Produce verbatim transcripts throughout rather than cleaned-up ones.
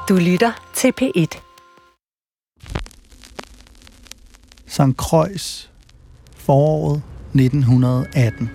Du lytter til P et. Sankt Croix, foråret nitten atten.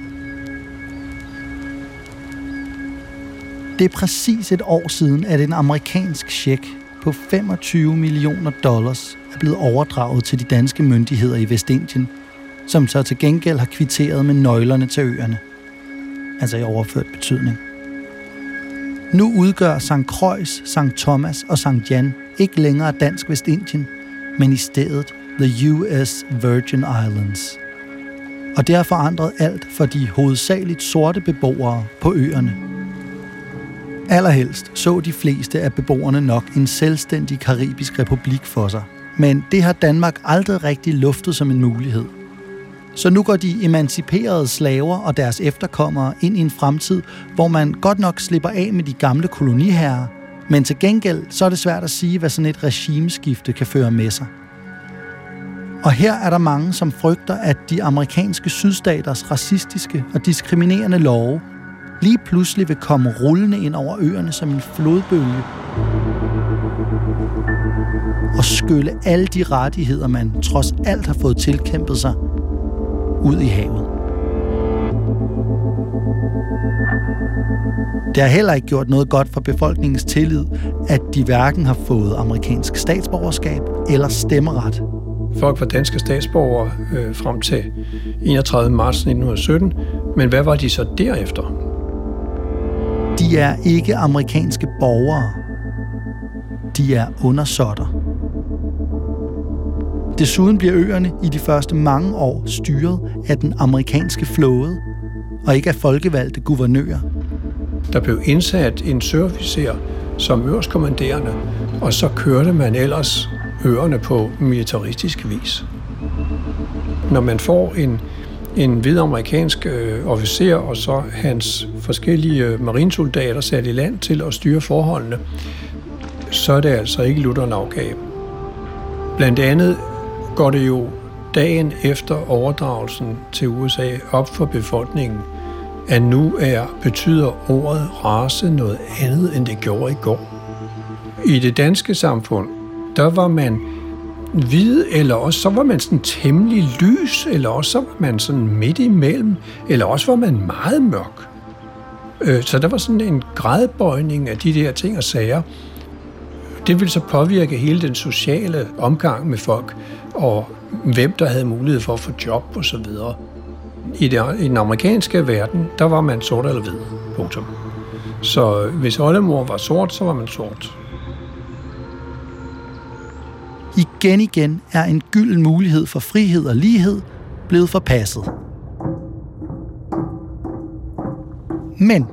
Det er præcis et år siden, at en amerikansk check på femogtyve millioner dollars er blevet overdraget til de danske myndigheder i Vestindien, som så til gengæld har kvitteret med nøglerne til øerne. Altså i overført betydning. Nu udgør Sankt Croix, Sankt Thomas og Sankt Jan ikke længere dansk Vestindien, men i stedet The U S Virgin Islands. Og det har forandret alt for de hovedsageligt sorte beboere på øerne. Allerhelst så de fleste af beboerne nok en selvstændig karibisk republik for sig. Men det har Danmark aldrig rigtig luftet som en mulighed. Så nu går de emanciperede slaver og deres efterkommere ind i en fremtid, hvor man godt nok slipper af med de gamle koloniherrer, men til gengæld så er det svært at sige, hvad sådan et regimeskifte kan føre med sig. Og her er der mange, som frygter, at de amerikanske sydstaters racistiske og diskriminerende love lige pludselig vil komme rullende ind over øerne som en flodbølge og skylle alle de rettigheder, man trods alt har fået tilkæmpet sig, ud i havet. Det har heller ikke gjort noget godt for befolkningens tillid, at de hverken har fået amerikansk statsborgerskab eller stemmeret. Folk var danske statsborgere øh, frem til enogtredivte marts nitten sytten, men hvad var de så derefter? De er ikke amerikanske borgere. De er undersåtter. Desuden bliver øerne i de første mange år styret af den amerikanske flåde, og ikke af folkevalgte guvernører. Der blev indsat en søofficer som øverstkommanderende, og så kørte man ellers øerne på militaristisk vis. Når man får en, en hvid amerikansk øh, officer og så hans forskellige øh, marinesoldater sat i land til at styre forholdene, så er det altså ikke lutternafgab. Blandt andet går det jo dagen efter overdragelsen til U S A op for befolkningen, at nu er betyder ordet race noget andet, end det gjorde i går. I det danske samfund, der var man hvid, eller også så var man sådan temmelig lys, eller også så var man sådan midt imellem, eller også var man meget mørk. Så der var sådan en gradbøjning af de der ting og sager. Det ville så påvirke hele den sociale omgang med folk, og hvem der havde mulighed for at få job og så videre. I, det, I den amerikanske verden, der var man sort eller hvid. Punktum. Så hvis oldemor var sort, så var man sort. Igen igen er en gylden mulighed for frihed og lighed blevet forpasset. Men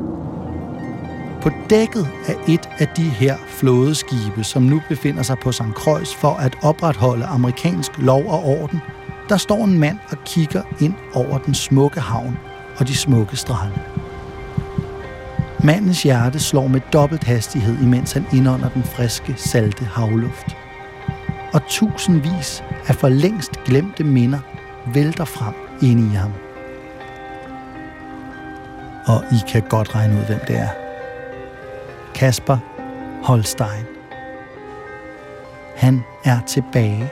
på dækket af et af de her flådeskibe, som nu befinder sig på Sankt Croix for at opretholde amerikansk lov og orden, der står en mand og kigger ind over den smukke havn og de smukke strande. Mandens hjerte slår med dobbelt hastighed, imens han indånder den friske, salte havluft. Og tusindvis af for længst glemte minder vælter frem inde i ham. Og I kan godt regne ud, hvem det er. Kasper Holstein. Han er tilbage.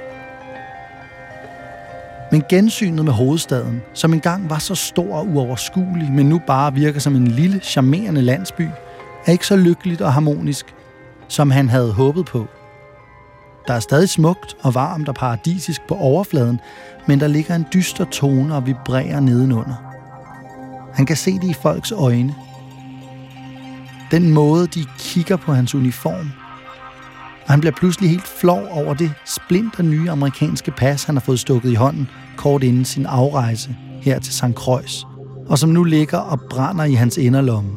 Men gensynet med hovedstaden, som engang var så stor og uoverskuelig, men nu bare virker som en lille, charmerende landsby, er ikke så lykkeligt og harmonisk, som han havde håbet på. Der er stadig smukt og varmt og paradisisk på overfladen, men der ligger en dyster tone og vibrerer nedenunder. Han kan se det i folks øjne. Den måde, de kigger på hans uniform. Og han bliver pludselig helt flov over det splinter nye amerikanske pas, han har fået stukket i hånden kort inden sin afrejse her til Sankt Croix, og som nu ligger og brænder i hans inderlomme.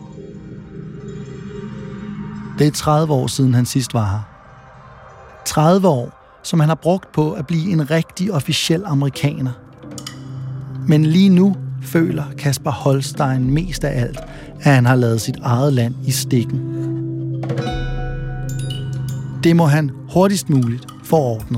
Det er tredive år siden han sidst var her. tredive år, som han har brugt på at blive en rigtig officiel amerikaner. Men lige nu føler Kasper Holstein mest af alt, at han har ladet sit eget land i stikken. Det må han hurtigst muligt få ordnet.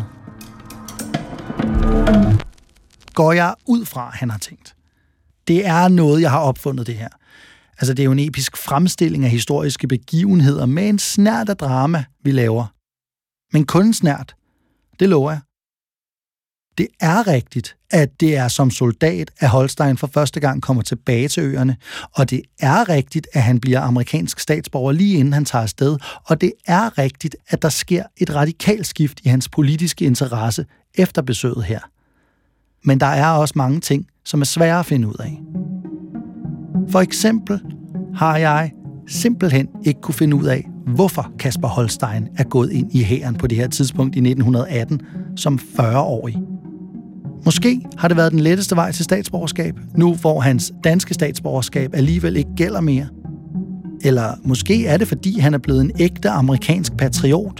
Går jeg ud fra, han har tænkt. Det er noget, jeg har opfundet det her. Altså, det er jo en episk fremstilling af historiske begivenheder med en snert af drama, vi laver. Men kun en snert. Det lover jeg. Det er rigtigt, at det er som soldat, at Holstein for første gang kommer tilbage til øerne, og det er rigtigt, at han bliver amerikansk statsborger lige inden han tager afsted, og det er rigtigt, at der sker et radikalt skift i hans politiske interesse efter besøget her. Men der er også mange ting, som er svære at finde ud af. For eksempel har jeg simpelthen ikke kunne finde ud af, hvorfor Kasper Holstein er gået ind i hæren på det her tidspunkt i nitten atten som fyrre-årig. Måske har det været den letteste vej til statsborgerskab, nu hvor hans danske statsborgerskab alligevel ikke gælder mere. Eller måske er det, fordi han er blevet en ægte amerikansk patriot.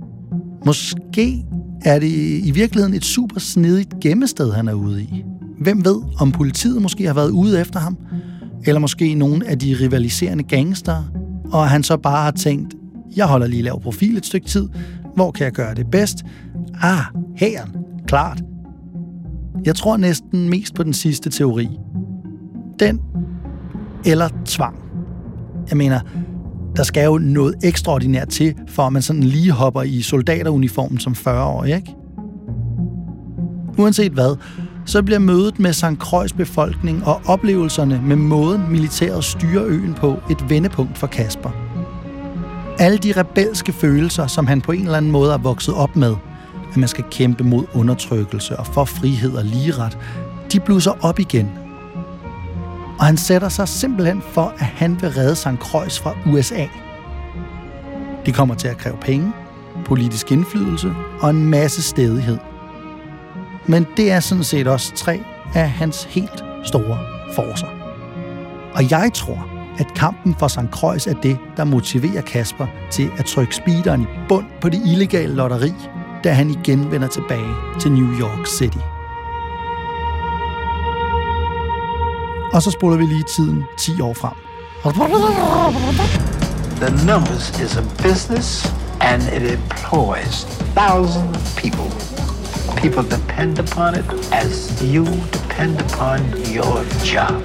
Måske er det i virkeligheden et super snedigt gemmested, han er ude i. Hvem ved, om politiet måske har været ude efter ham? Eller måske nogle af de rivaliserende gangster, og han så bare har tænkt, jeg holder lige lav profil et stykke tid, hvor kan jeg gøre det bedst? Ah, hæren, klart. Jeg tror næsten mest på den sidste teori. Den eller tvang. Jeg mener, der skal jo noget ekstraordinært til, for at man sådan lige hopper i soldateruniformen som fyrre-årig, ikke? Uanset hvad, så bliver mødet med Sankt Croix befolkning og oplevelserne med måden militæret styrer øen på et vendepunkt for Kasper. Alle de rebelske følelser, som han på en eller anden måde er vokset op med, at man skal kæmpe mod undertrykkelse og for frihed og ligeret, de blusser op igen. Og han sætter sig simpelthen for, at han vil redde Sankt Croix fra U S A. Det kommer til at kræve penge, politisk indflydelse og en masse stædighed. Men det er sådan set også tre af hans helt store forcer. Og jeg tror, at kampen for Sankt Croix er det, der motiverer Kasper til at trykke speederen i bund på det illegale lotteri, da han igen vender tilbage til New York City. Og så spoler vi lige tiden ti år frem. The Numbers is a business and it employs thousands of people. People depend upon it as you depend upon your job.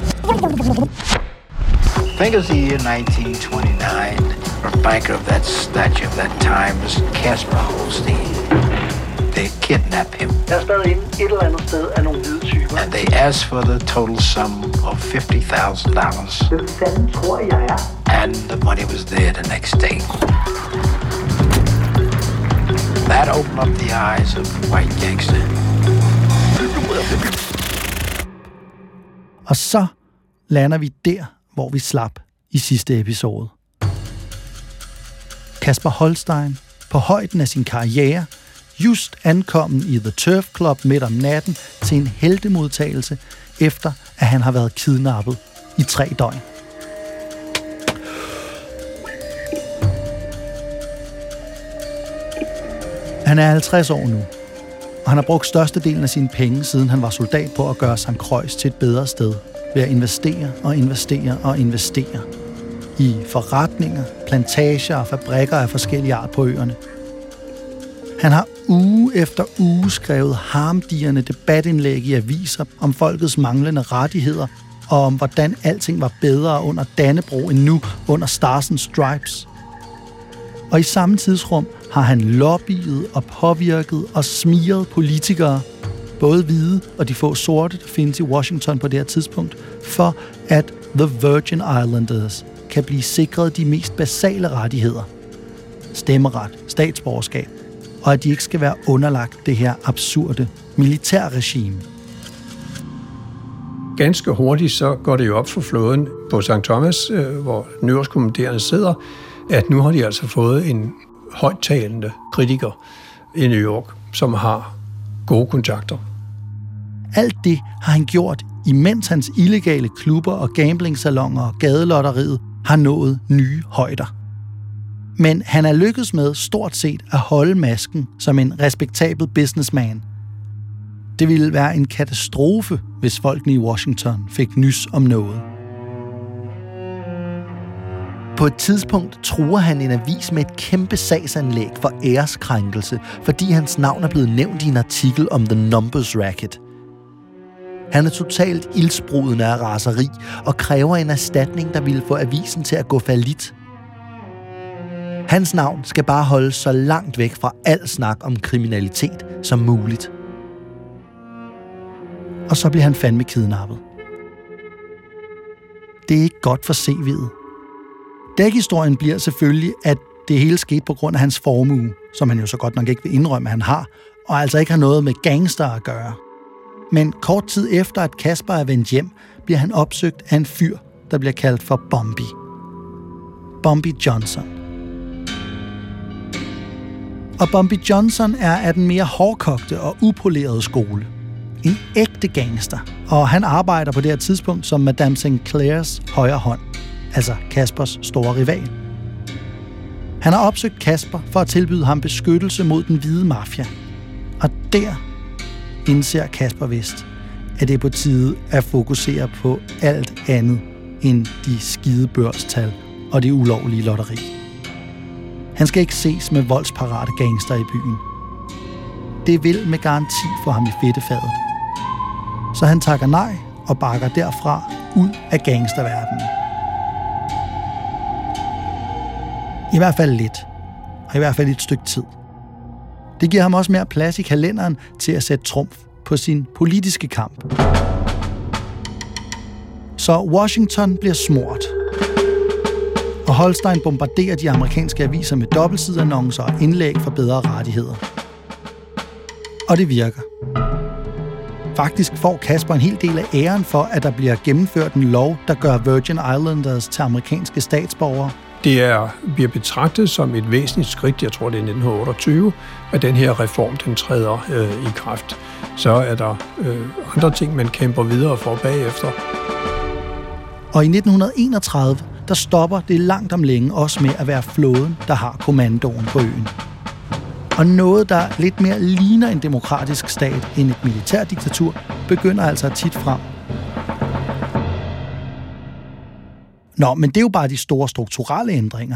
Think of the year nineteen twenty-nine. A banker of that stature of that time was Kasper Holstein. They kidnap him. Jeg er stadig inde et eller andet sted af nogle hvide typer. And they ask for the total sum of fifty thousand dollars. Hvem fanden tror jeg er? And the money was there the next day. That opened up the eyes of the white gangster. Og så lander vi der, hvor vi slap i sidste episode. Kasper Holstein, på højden af sin karriere, just ankommen i The Turf Club midt om natten til en heltemodtagelse, efter at han har været kidnappet i tre døgn. Han er halvtreds år nu, og han har brugt størstedelen af sine penge, siden han var soldat, på at gøre Sankt Croix til et bedre sted, ved at investere og investere og investere i forretninger, plantager og fabrikker af forskellige art på øerne. Han har uge efter uge skrevet harmdirrende debatindlæg i aviser om folkets manglende rettigheder og om, hvordan alting var bedre under Dannebrog end nu under Stars and Stripes. Og i samme tidsrum har han lobbyet og påvirket og smiret politikere, både hvide og de få sorte, der findes i Washington på det her tidspunkt, for at The Virgin Islanders kan blive sikret de mest basale rettigheder. Stemmeret, statsborgerskab, og at de ikke skal være underlagt det her absurde militærregime. Ganske hurtigt så går det jo op for flåden på Sankt Thomas, hvor nyårskommanderende sidder, at nu har de altså fået en højttalende kritiker i New York, som har gode kontakter. Alt det har han gjort, imens hans illegale klubber og gambling-salonger og gadelotteriet har nået nye højder. Men han er lykkedes med stort set at holde masken som en respektabel businessman. Det ville være en katastrofe, hvis folkene i Washington fik nys om noget. På et tidspunkt truer han en avis med et kæmpe sagsanlæg for æreskrænkelse, fordi hans navn er blevet nævnt i en artikel om The Numbers Racket. Han er totalt ildsprudende af raseri og kræver en erstatning, der ville få avisen til at gå fallit. Hans navn skal bare holdes så langt væk fra al snak om kriminalitet som muligt. Og så bliver han fandme kidnappet. Det er ikke godt for C V'et. Dækhistorien bliver selvfølgelig, at det hele skete på grund af hans formue, som han jo så godt nok ikke vil indrømme, at han har, og altså ikke har noget med gangster at gøre. Men kort tid efter, at Casper er vendt hjem, bliver han opsøgt af en fyr, der bliver kaldt for Bombi. Bombi Johnson. Og Bombi Johnson er af den mere hårdkogte og upolerede skole. En ægte gangster, og han arbejder på det her tidspunkt som Madame Sinclairs højre hånd, altså Caspers store rival. Han har opsøgt Casper for at tilbyde ham beskyttelse mod den hvide mafia. Og der indser Casper vist, at det er på tide at fokusere på alt andet end de skide børstal og det ulovlige lotteri. Han skal ikke ses med voldsparate gangster i byen. Det vil med garanti få ham i fedtefadet. Så han takker nej og bakker derfra ud af gangsterverdenen. I hvert fald lidt, og i hvert fald et stykke tid. Det giver ham også mere plads i kalenderen til at sætte trumf på sin politiske kamp. Så Washington bliver smurt. Og Holstein bombarderer de amerikanske aviser med dobbeltsideannoncer og indlæg for bedre rettigheder. Og det virker. Faktisk får Casper en hel del af æren for, at der bliver gennemført en lov, der gør Virgin Islanders til amerikanske statsborgere. Det er, bliver betragtet som et væsentligt skridt, jeg tror det er nitten otteogtyve, at den her reform den træder øh, i kraft. Så er der øh, andre ting, man kæmper videre for bagefter. Og i nitten enogtredive, der stopper det langt om længe også med at være flåden, der har kommandoen på øen. Og noget, der lidt mere ligner en demokratisk stat end et militærdiktatur, begynder altså at tit frem. Nå, men det er jo bare de store strukturelle ændringer.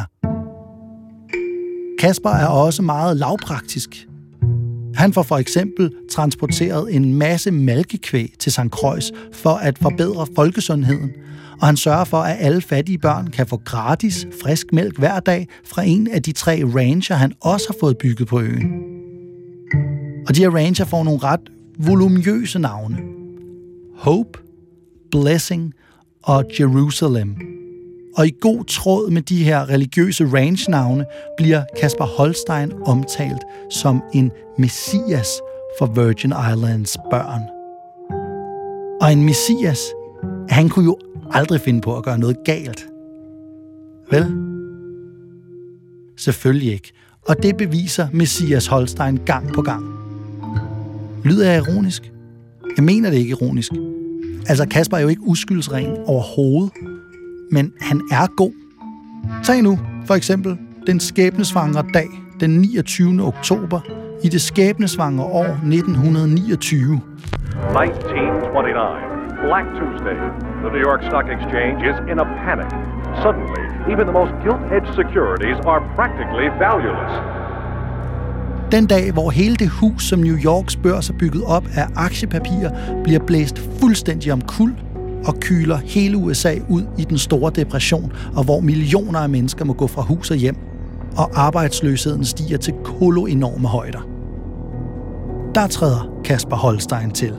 Casper er også meget lavpraktisk. Han får for eksempel transporteret en masse malkekvæg til Sankt Croix for at forbedre folkesundheden, og han sørger for, at alle fattige børn kan få gratis frisk mælk hver dag fra en af de tre rancher, han også har fået bygget på øen. Og de her rancher får nogle ret voluminøse navne. Hope, Blessing og Jerusalem. Og i god tråd med de her religiøse range-navne bliver Casper Holstein omtalt som en messias for Virgin Islands børn. Og en messias, han kunne jo aldrig finde på at gøre noget galt. Vel? Selvfølgelig ikke. Og det beviser Messias Holstein gang på gang. Lyder jeg ironisk? Jeg mener det ikke ironisk. Altså, Casper er jo ikke uskyldsren overhovedet, men han er god. Tag nu for eksempel den skæbnesvangre dag, den niogtyvende oktober, i det skæbnesvangre år nitten niogtyve. nineteen twenty-nine, Black Tuesday. The New York Stock Exchange is in a panic. Suddenly, even the most gilt-edged securities are practically valueless. Den dag, hvor hele det hus, som New Yorks børs er bygget op af aktiepapirer, bliver blæst fuldstændig omkuld og kyler hele U S A ud i den store depression, og hvor millioner af mennesker må gå fra hus og hjem, og arbejdsløsheden stiger til koloenorme højder. Der træder Casper Holstein til.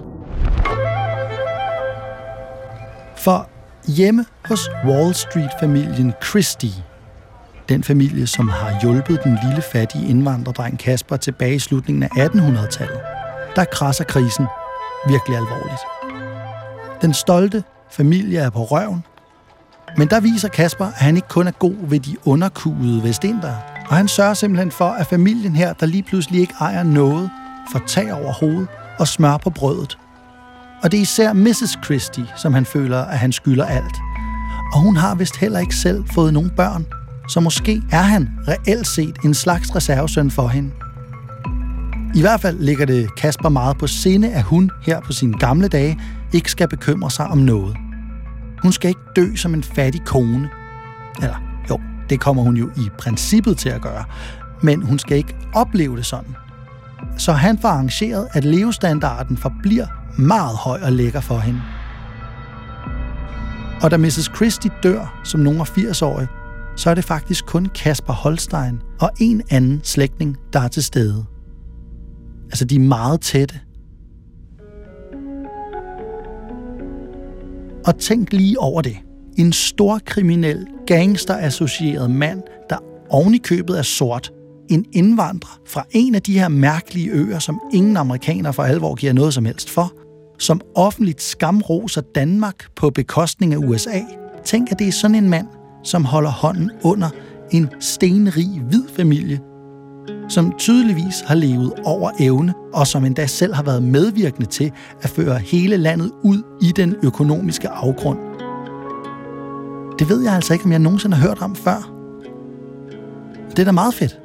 For hjemme hos Wall Street-familien Christie, den familie, som har hjulpet den lille fattige indvandrerdreng Casper tilbage i slutningen af attenhundredetallet, der krasser krisen virkelig alvorligt. Den stolte familie er på røven, men der viser Casper, at han ikke kun er god ved de underkuede vestindere, og han sørger simpelthen for, at familien her, der lige pludselig ikke ejer noget, får tag over hovedet og smør på brødet. Og det er især missus Christie, som han føler, at han skylder alt. Og hun har vist heller ikke selv fået nogen børn, så måske er han reelt set en slags reservesøn for hende. I hvert fald ligger det Casper meget på sinde, at hun her på sine gamle dage ikke skal bekymre sig om noget. Hun skal ikke dø som en fattig kone. Eller jo, det kommer hun jo i princippet til at gøre, men hun skal ikke opleve det sådan. Så han får arrangeret, at levestandarden forbliver meget høj og lækker for hende. Og da missus Christie dør som nogen af firs-årig, så er det faktisk kun Kasper Holstein og en anden slægtning, der er til stede. Altså, de er meget tætte. Og tænk lige over det. En stor kriminel, gangster-associeret mand, der oven i købet er sort. En indvandrer fra en af de her mærkelige øer, som ingen amerikaner for alvor giver noget som helst for, som offentligt skamroser Danmark på bekostning af U S A. Tænk, at det er sådan en mand, som holder hånden under en stenrig hvid familie, som tydeligvis har levet over evne, og som endda selv har været medvirkende til at føre hele landet ud i den økonomiske afgrund. Det ved jeg altså ikke, om jeg nogensinde har hørt om før. Det er da meget fedt.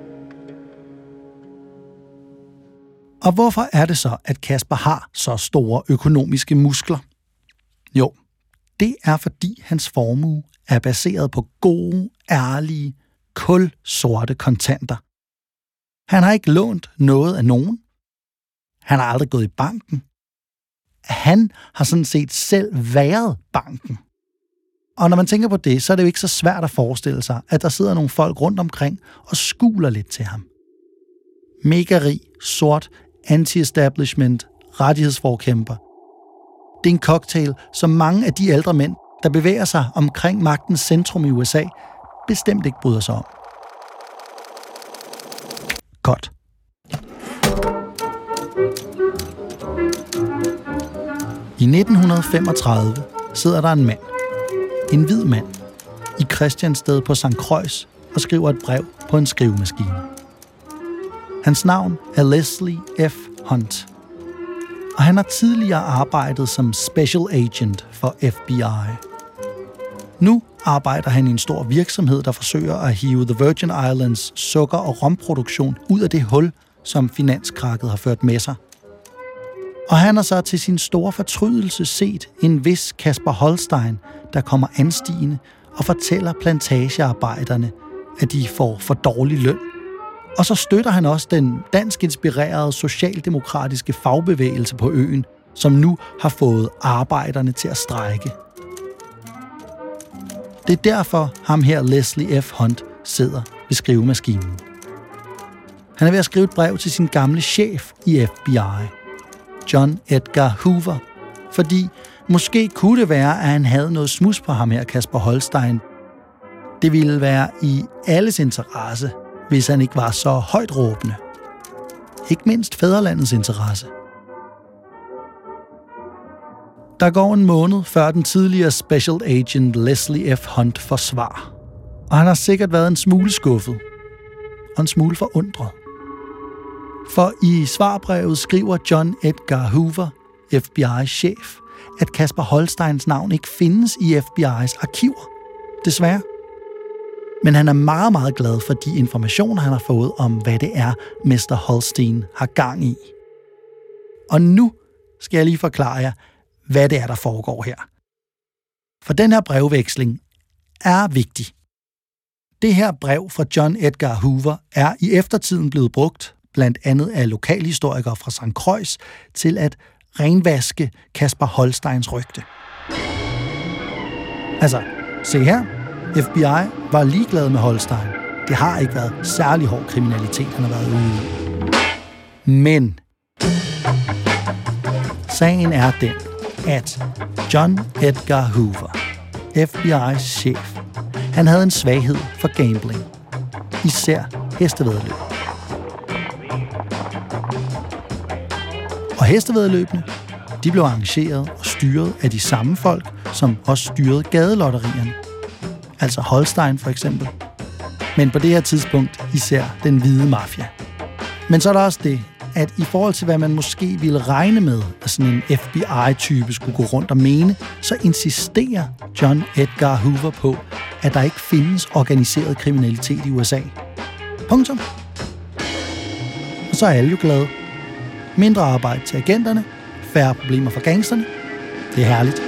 Og hvorfor er det så, at Kasper har så store økonomiske muskler? Jo, det er fordi hans formue er baseret på gode, ærlige, kulsorte kontanter. Han har ikke lånt noget af nogen. Han har aldrig gået i banken. Han har sådan set selv været banken. Og når man tænker på det, så er det jo ikke så svært at forestille sig, at der sidder nogle folk rundt omkring og skuler lidt til ham. Mega rig, sort, anti-establishment, rettighedsforkæmper. Det er en cocktail, som mange af de ældre mænd, der bevæger sig omkring magtens centrum i U S A, bestemt ikke bryder sig om. Godt. I nitten femogtredive sidder der en mand, en hvid mand, i Christiansted på Sankt Croix og skriver et brev på en skrivemaskine. Hans navn er Leslie F. Hunt, og han har tidligere arbejdet som special agent for F B I. Nu arbejder han i en stor virksomhed, der forsøger at hive The Virgin Islands sukker- og romproduktion ud af det hul, som finanskrakket har ført med sig. Og han har så til sin store fortrydelse set en vis Kasper Holstein, der kommer anstigende og fortæller plantagearbejderne, at de får for dårlig løn. Og så støtter han også den dansk-inspirerede socialdemokratiske fagbevægelse på øen, som nu har fået arbejderne til at strejke. Det er derfor ham her Leslie F. Hunt sidder ved skrivemaskinen. Han er ved at skrive et brev til sin gamle chef i F B I, John Edgar Hoover, fordi måske kunne det være, at han havde noget smus på ham her, Kasper Holstein. Det ville være i alles interesse, hvis han ikke var så højt råbende. Ikke mindst fædrelandets interesse. Der går en måned, før den tidligere special agent Leslie F. Hunt får svar. Og han har sikkert været en smule skuffet. Og en smule forundret. For i svarbrevet skriver John Edgar Hoover, F B I's chef, at Kasper Holsteins navn ikke findes i F B I's arkiver. Desværre. Men han er meget, meget glad for de informationer, han har fået om, hvad det er, mister Holstein har gang i. Og nu skal jeg lige forklare jer, hvad det er, der foregår her. For den her brevveksling er vigtig. Det her brev fra John Edgar Hoover er i eftertiden blevet brugt, blandt andet af lokalhistorikere fra Sankt Croix, til at renvaske Kasper Holsteins rygte. Altså, se her. F B I var ligeglad med Holstein. Det har ikke været særlig hård kriminalitet, han har været ude i. Men sagen er den, at John Edgar Hoover, F B I's chef, han havde en svaghed for gambling. Især hestevæddeløb. Og hestevæddeløbene, de blev arrangeret og styret af de samme folk, som også styrede gadelotterierne. Altså Holstein for eksempel. Men på det her tidspunkt især den hvide mafia. Men så er der også det, at i forhold til hvad man måske ville regne med, at sådan en F B I-type skulle gå rundt og mene, så insisterer John Edgar Hoover på, at der ikke findes organiseret kriminalitet i U S A. Punktum. Og så er alle jo glade. Mindre arbejde til agenterne, færre problemer for gangsterne. Det er herligt.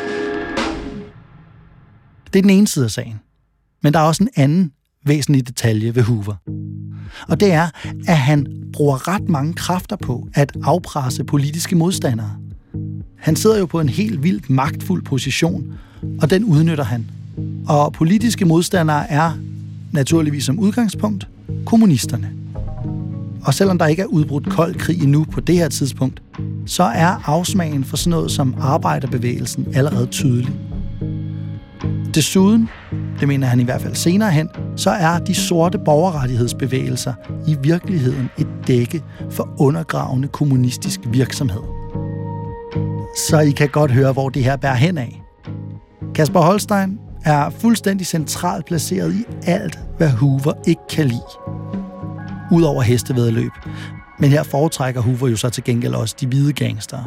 Det er den ene side af sagen. Men der er også en anden væsentlig detalje ved Hoover. Og det er, at han bruger ret mange kræfter på at afpresse politiske modstandere. Han sidder jo på en helt vildt magtfuld position, og den udnytter han. Og politiske modstandere er, naturligvis som udgangspunkt, kommunisterne. Og selvom der ikke er udbrudt kold krig endnu på det her tidspunkt, så er afsmagen for sådan noget som arbejderbevægelsen allerede tydelig. Desuden, det mener han i hvert fald senere hen, så er de sorte borgerrettighedsbevægelser i virkeligheden et dække for undergravende kommunistisk virksomhed. Så I kan godt høre, hvor det her bærer hen af. Kasper Holstein er fuldstændig centralt placeret i alt, hvad Hoover ikke kan lide. Udover hestevæddeløb. Men her foretrækker Hoover jo så til gengæld også de hvide gangstere.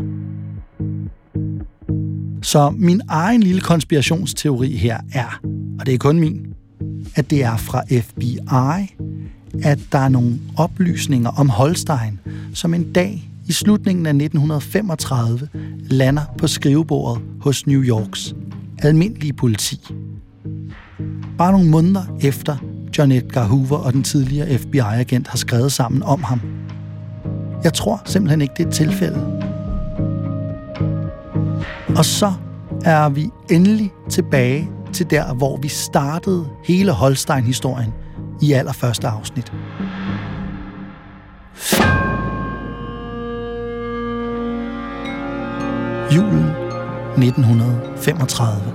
Så min egen lille konspirationsteori her er, og det er kun min, at det er fra F B I, at der er nogle oplysninger om Holstein, som en dag i slutningen af nitten femogtredive lander på skrivebordet hos New Yorks almindelige politi. Bare nogle måneder efter John Edgar Hoover og den tidligere F B I-agent har skrevet sammen om ham. Jeg tror simpelthen ikke, det er et tilfælde. Og så er vi endelig tilbage til der, hvor vi startede hele Holstein-historien i allerførste afsnit. Julen nitten femogtredive.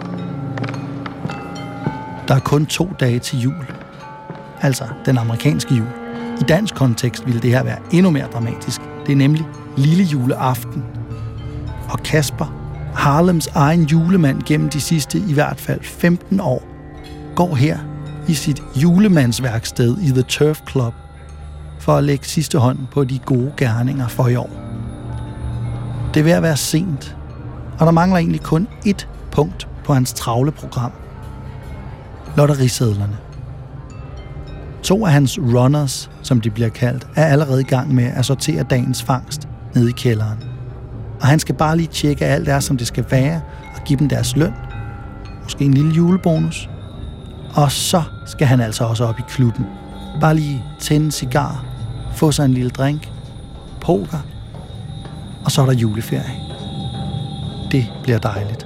Der er kun to dage til jul. Altså den amerikanske jul. I dansk kontekst ville det her være endnu mere dramatisk. Det er nemlig lille juleaften. Og Kasper, Harlems egen julemand gennem de sidste i hvert fald femten år, går her i sit julemandsværksted i The Turf Club for at lægge sidste hånd på de gode gerninger for i år. Det er ved at være sent, og der mangler egentlig kun ét punkt på hans travle program. Lotterisedlerne. To af hans runners, som de bliver kaldt, er allerede i gang med at sortere dagens fangst nede i kælderen. Og han skal bare lige tjekke alt er, som det skal være, og give dem deres løn. Måske en lille julebonus. Og så skal han altså også op i klubben. Bare lige tænde en cigar, få sig en lille drink, poker, og så er der juleferie. Det bliver dejligt.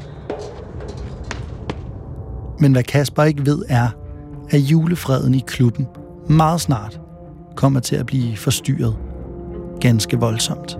Men hvad Kasper ikke ved er, at julefreden i klubben meget snart kommer til at blive forstyrret ganske voldsomt.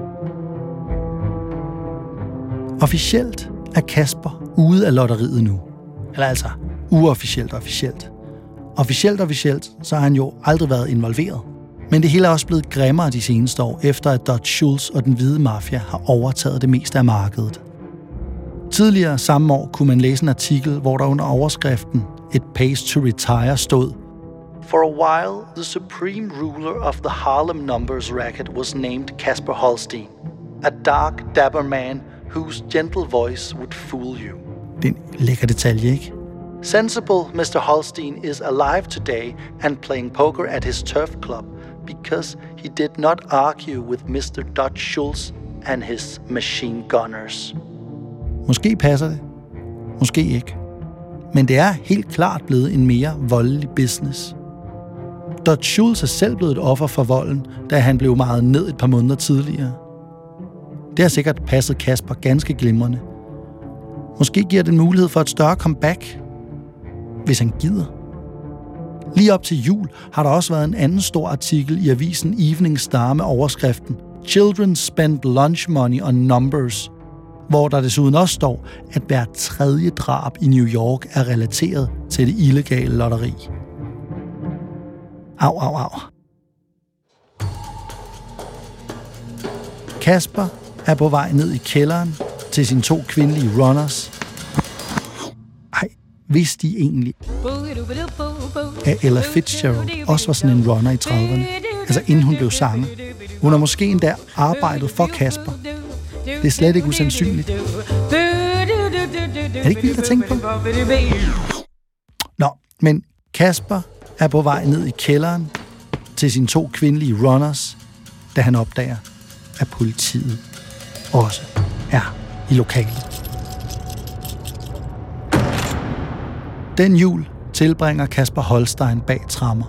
Officielt er Kasper ude af lotteriet nu. Eller altså, uofficielt officielt. Officielt officielt, så har han jo aldrig været involveret. Men det hele er også blevet grimmere de seneste år, efter at Dutch Schultz og den hvide mafia har overtaget det meste af markedet. Tidligere samme år kunne man læse en artikel, hvor der under overskriften It pays to retire stod: For a while, the supreme ruler of the Harlem Numbers racket was named Kasper Holstein, a dark, dapper man whose gentle voice would fool you. Det er en lækker detalje, ikke? Sensible mister Holstein is alive today and playing poker at his turf club because he did not argue with mister Dutch Schultz and his machine gunners. Måske passer det. Måske ikke. Men det er helt klart blevet en mere voldelig business. Dutch Schultz er selv blevet et offer for volden, da han blev meget ned et par måneder tidligere. Det har sikkert passet Kasper ganske glimrende. Måske giver det en mulighed for et større comeback, hvis han gider. Lige op til jul har der også været en anden stor artikel i avisen Evening Star med overskriften Children spend lunch money on numbers, hvor der desuden også står, at hver tredje drab i New York er relateret til det illegale lotteri. Au, au, au. Kasper er på vej ned i kælderen til sine to kvindelige runners. Ej, vidste de egentlig, at Ella Fitzgerald også var sådan en runner i trediverne? Altså inden hun blev sanger. Hun har måske endda arbejdet for Kasper. Det er slet ikke usandsynligt. Er det ikke vildt at tænke på? Nå, men Kasper er på vej ned i kælderen til sine to kvindelige runners, da han opdager, at politiet også er i lokalet. Den jul tilbringer Kasper Holstein bag tremmer.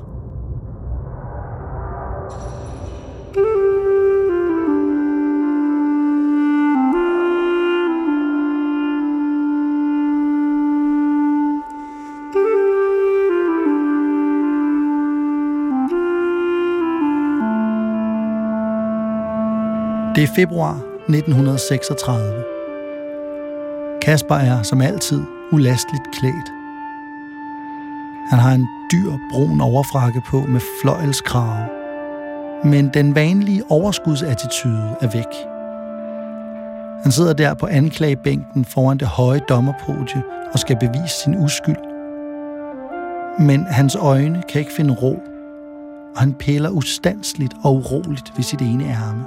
Det er februar nitten seksogtredive. Kasper er som altid ulasteligt klædt. Han har en dyr brun overfrakke på med fløjelskrave. Men den vanlige overskudsattitude er væk. Han sidder der på anklagebænken foran det høje dommerpodie og skal bevise sin uskyld. Men hans øjne kan ikke finde ro, og han piller ustandsligt og uroligt ved sit ene ærme.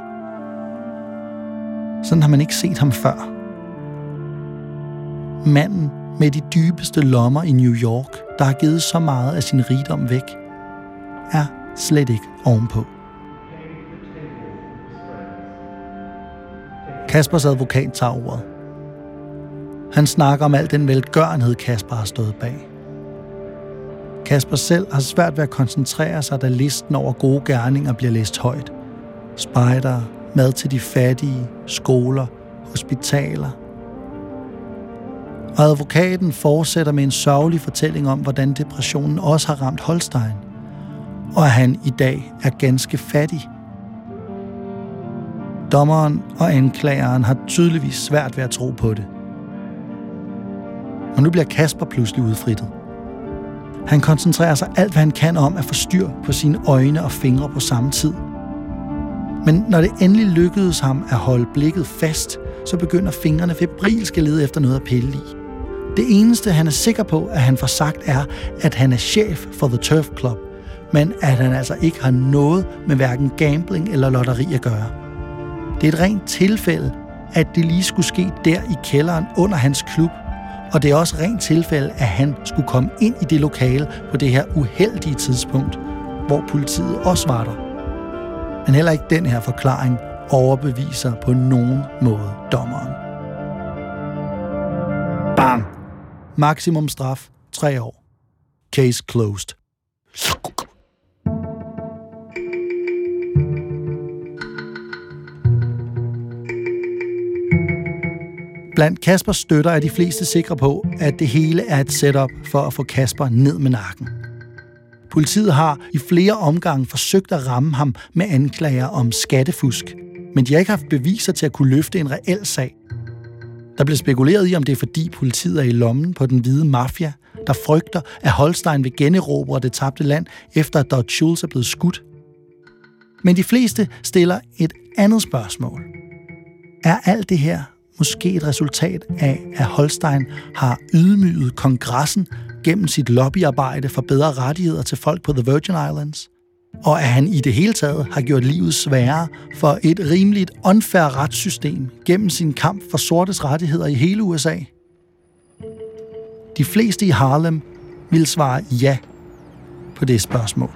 Sådan har man ikke set ham før. Manden med de dybeste lommer i New York, der har givet så meget af sin rigdom væk, er slet ikke ovenpå. Kaspers advokat tager ordet. Han snakker om al den velgørenhed, Kasper har stået bag. Kasper selv har svært ved at koncentrere sig, da listen over gode gerninger bliver læst højt. Spejdere, mad til de fattige, skoler, hospitaler. Og advokaten fortsætter med en sørgelig fortælling om, hvordan depressionen også har ramt Holstein, og at han i dag er ganske fattig. Dommeren og anklageren har tydeligvis svært ved at tro på det. Og nu bliver Kasper pludselig udfrittet. Han koncentrerer sig alt, hvad han kan om at få styr på sine øjne og fingre på samme tid. Men når det endelig lykkedes ham at holde blikket fast, så begynder fingrene febrilsk at lede efter noget at pille i. Det eneste, han er sikker på, at han får sagt, er, at han er chef for The Turf Club, men at han altså ikke har noget med hverken gambling eller lotteri at gøre. Det er et rent tilfælde, at det lige skulle ske der i kælderen under hans klub, og det er også rent tilfælde, at han skulle komme ind i det lokale på det her uheldige tidspunkt, hvor politiet også var der. Men heller ikke den her forklaring overbeviser på nogen måde dommeren. Bam! Maksimum straf, tre år. Case closed. Blandt Kaspers støtter er de fleste sikre på, at det hele er et setup for at få Kasper ned med nakken. Politiet har i flere omgange forsøgt at ramme ham med anklager om skattefusk, men de har ikke haft beviser til at kunne løfte en reel sag. Der bliver spekuleret i, om det er fordi politiet er i lommen på den hvide mafia, der frygter, at Holstein vil generobre det tabte land, efter at Dodge Schultz er blevet skudt. Men de fleste stiller et andet spørgsmål. Er alt det her måske et resultat af, at Holstein har ydmyget kongressen gennem sit lobbyarbejde for bedre rettigheder til folk på The Virgin Islands? Og at han i det hele taget har gjort livet sværere for et rimeligt unfair retssystem gennem sin kamp for sortes rettigheder i hele U S A? De fleste i Harlem vil svare ja på det spørgsmål.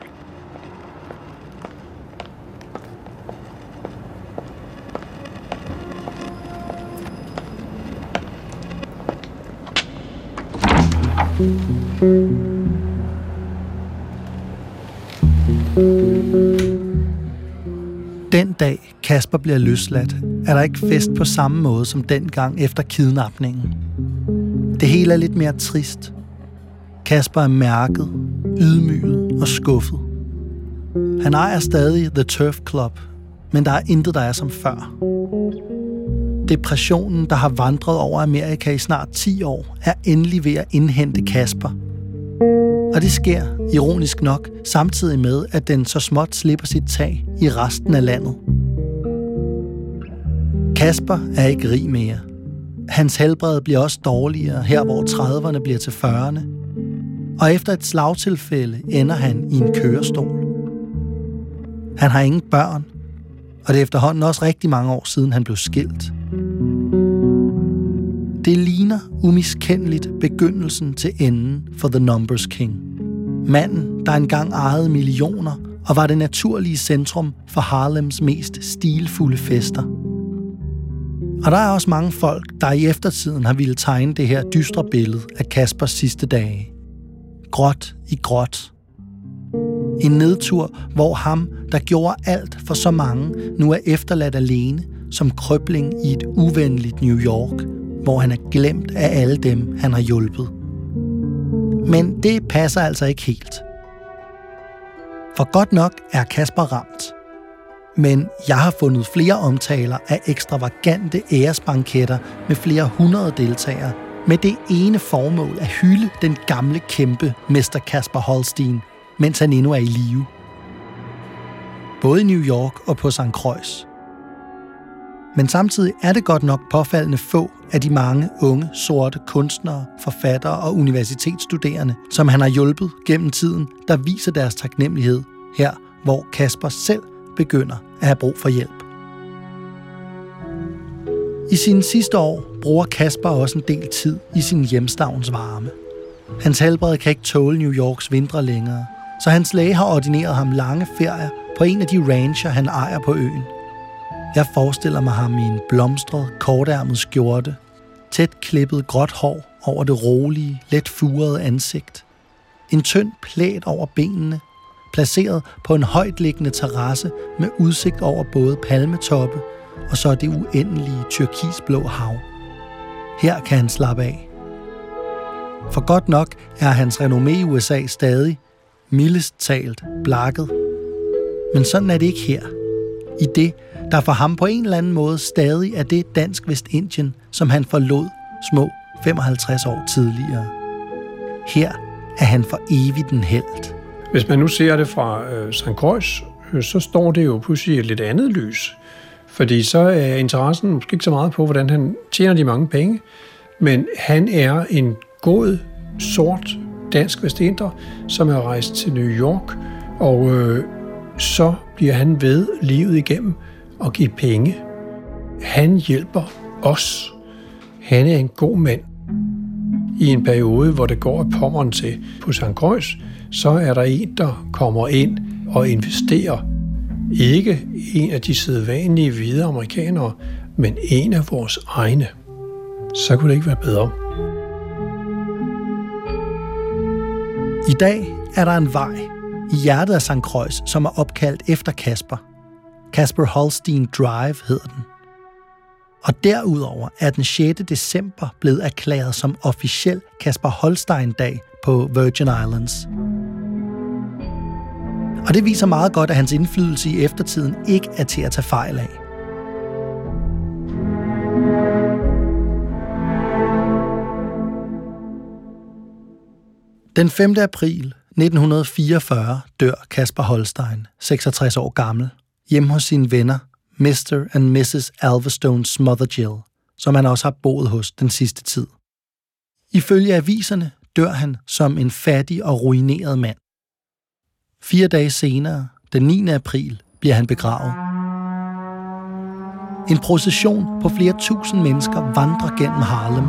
Den dag Kasper bliver løsladt, er der ikke fest på samme måde som dengang efter kidnapningen. Det hele er lidt mere trist. Kasper er mærket, ydmyget og skuffet. Han ejer stadig The Turf Club, men der er intet, der er som før. Depressionen, der har vandret over Amerika i snart ti år, er endelig ved at indhente Kasper. Og det sker, ironisk nok, samtidig med, at den så småt slipper sit tag i resten af landet. Kasper er ikke rig mere. Hans helbred bliver også dårligere, her hvor trediverne bliver til fyrrerne. Og efter et slagtilfælde ender han i en kørestol. Han har ingen børn, og det er efterhånden også rigtig mange år siden, han blev skilt. Det ligner umiskendeligt begyndelsen til enden for The Numbers King. Manden, der engang ejede millioner og var det naturlige centrum for Harlems mest stilfulde fester. Og der er også mange folk, der i eftertiden har ville tegne det her dystre billede af Kaspers sidste dage. Gråt i gråt. En nedtur, hvor ham, der gjorde alt for så mange, nu er efterladt alene som krøbling i et uvenligt New York, hvor han er glemt af alle dem, han har hjulpet. Men det passer altså ikke helt. For godt nok er Kasper ramt. Men jeg har fundet flere omtaler af ekstravagante æresbanketter med flere hundrede deltagere, med det ene formål at hylde den gamle kæmpe mester Caspar Holstein, mens han endnu er i live. Både i New York og på Sankt Croix. Men samtidig er det godt nok påfaldende få af de mange unge, sorte kunstnere, forfattere og universitetsstuderende, som han har hjulpet gennem tiden, der viser deres taknemmelighed her, hvor Caspar selv begynder at have brug for hjælp. I sine sidste år bruger Caspar også en del tid i sin hjemstavns varme. Hans helbred kan ikke tåle New Yorks vintre længere, så hans læge har ordineret ham lange ferier på en af de rancher, han ejer på øen. Jeg forestiller mig ham i en blomstret, kortærmet skjorte, tæt klippet gråt hår over det rolige, let furede ansigt, en tynd plæt over benene, placeret på en højtliggende terrasse med udsigt over både palmetoppe og så det uendelige tyrkisblå hav. Her kan han slappe af. For godt nok er hans renommé i U S A stadig, mildest talt, blakket. Men sådan er det ikke her. I det, der for ham på en eller anden måde stadig er det dansk Vestindien, som han forlod små femoghalvtreds år tidligere. Her er han for evigt en helt. Hvis man nu ser det fra øh, Sankt Croix, øh, så står det jo pludselig et lidt andet lys. Fordi så er interessen måske ikke så meget på, hvordan han tjener de mange penge, men han er en god, sort dansk vestinder, som er rejst til New York, og øh, så bliver han ved livet igennem og give penge. Han hjælper os. Han er en god mand. I en periode, hvor det går af Pommern til på Sankt Croix, så er der en, der kommer ind og investerer. Ikke en af de sædvanlige hvide amerikanere, men en af vores egne. Så kunne det ikke være bedre. I dag er der en vej i hjertet af Sankt Croix, som er opkaldt efter Caspar. Caspar Holstein Drive hedder den. Og derudover er den sjette december blevet erklæret som officiel Caspar Holstein-dag på Virgin Islands. Og det viser meget godt, at hans indflydelse i eftertiden ikke er til at tage fejl af. Den femte april nitten fireogfyrre dør Caspar Holstein, seksogtres år gammel, hjemme hos sine venner, mister and missus Alverstones Smothergill, som han også har boet hos den sidste tid. Ifølge aviserne dør han som en fattig og ruineret mand. Fire dage senere, den niende april, bliver han begravet. En procession på flere tusind mennesker vandrer gennem Harlem.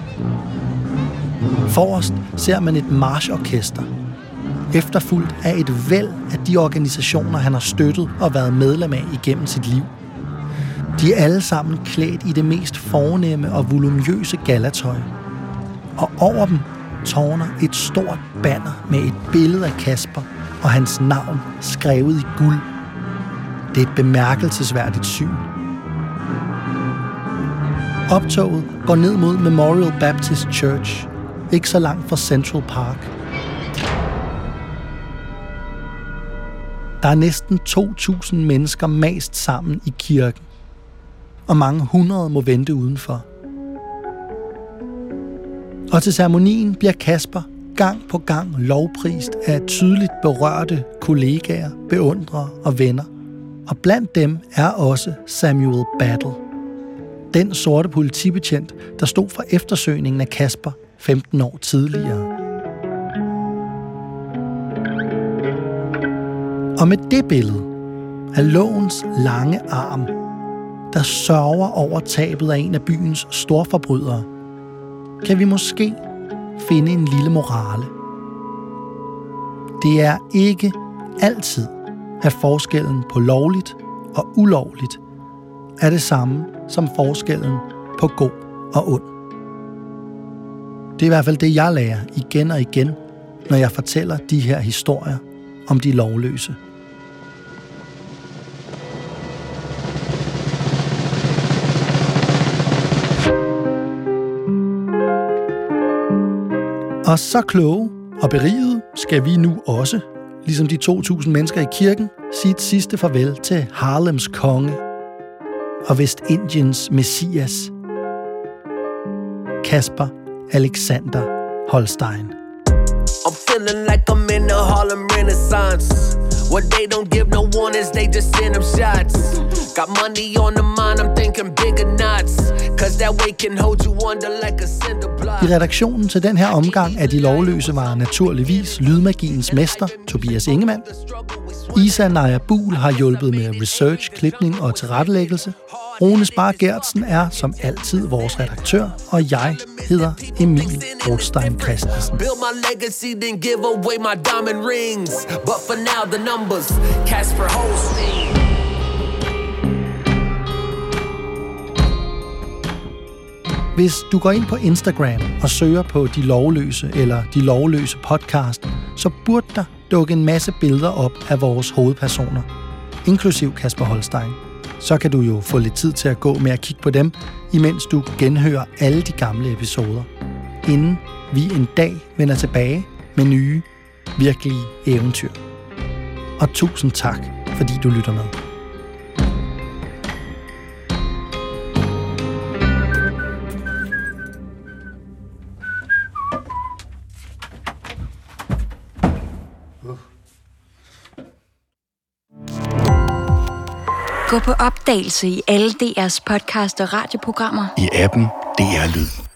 Forrest ser man et marchorkester, efterfulgt af et væld af de organisationer, han har støttet og været medlem af igennem sit liv. De er alle sammen klædt i det mest fornemme og voluminøse gallatøj. Og over dem tårner et stort banner med et billede af Caspar og hans navn skrevet i guld. Det er et bemærkelsesværdigt syn. Optoget går ned mod Memorial Baptist Church, ikke så langt fra Central Park. Der er næsten to tusind mennesker mast sammen i kirken, og mange hundrede må vente udenfor. Og til ceremonien bliver Caspar gang på gang lovprist af tydeligt berørte kollegaer, beundrere og venner. Og blandt dem er også Samuel Battle, den sorte politibetjent, der stod for eftersøgningen af Caspar femten år tidligere. Og med det billede af lovens lange arm, der sørger over tabet af en af byens storforbrydere, kan vi måske finde en lille morale. Det er ikke altid, at forskellen på lovligt og ulovligt er det samme som forskellen på god og ond. Det er i hvert fald det, jeg lærer igen og igen, når jeg fortæller de her historier om de lovløse. Og så kloge og beriget skal vi nu også ligesom de to tusind mennesker i kirken, sit sidste farvel til Harlems konge og Vestindiens messias, Casper Alexander Holstein. I'm feeling like I'm in the Harlem Renaissance. What they don't give no warnings, they just send them shots. Got money on the mind, I'm thinking bigger knots. Cause that way can hold you under like a cinder block. I redaktionen til den her omgang af De Lovløse var naturligvis lydmagiens mester, Tobias Ingemann. Isa Naja Buhl har hjulpet med research, klipning og tilrettelæggelse. Rune Spar Gertsen er som altid vores redaktør, og jeg hedder Emil Rothstein Christensen. Build my legacy, then give away my diamond rings. But for now, the numbers, Casper Holstein. Hvis du går ind på Instagram og søger på De Lovløse eller De Lovløse podcast, så burde der dukke en masse billeder op af vores hovedpersoner, inklusiv Casper Holstein. Så kan du jo få lidt tid til at gå med at kigge på dem, imens du genhører alle de gamle episoder, inden vi en dag vender tilbage med nye, virkelige eventyr. Og tusind tak, fordi du lytter med. Gå på opdagelse i alle D R's podcast og radioprogrammer. I appen D R Lyd.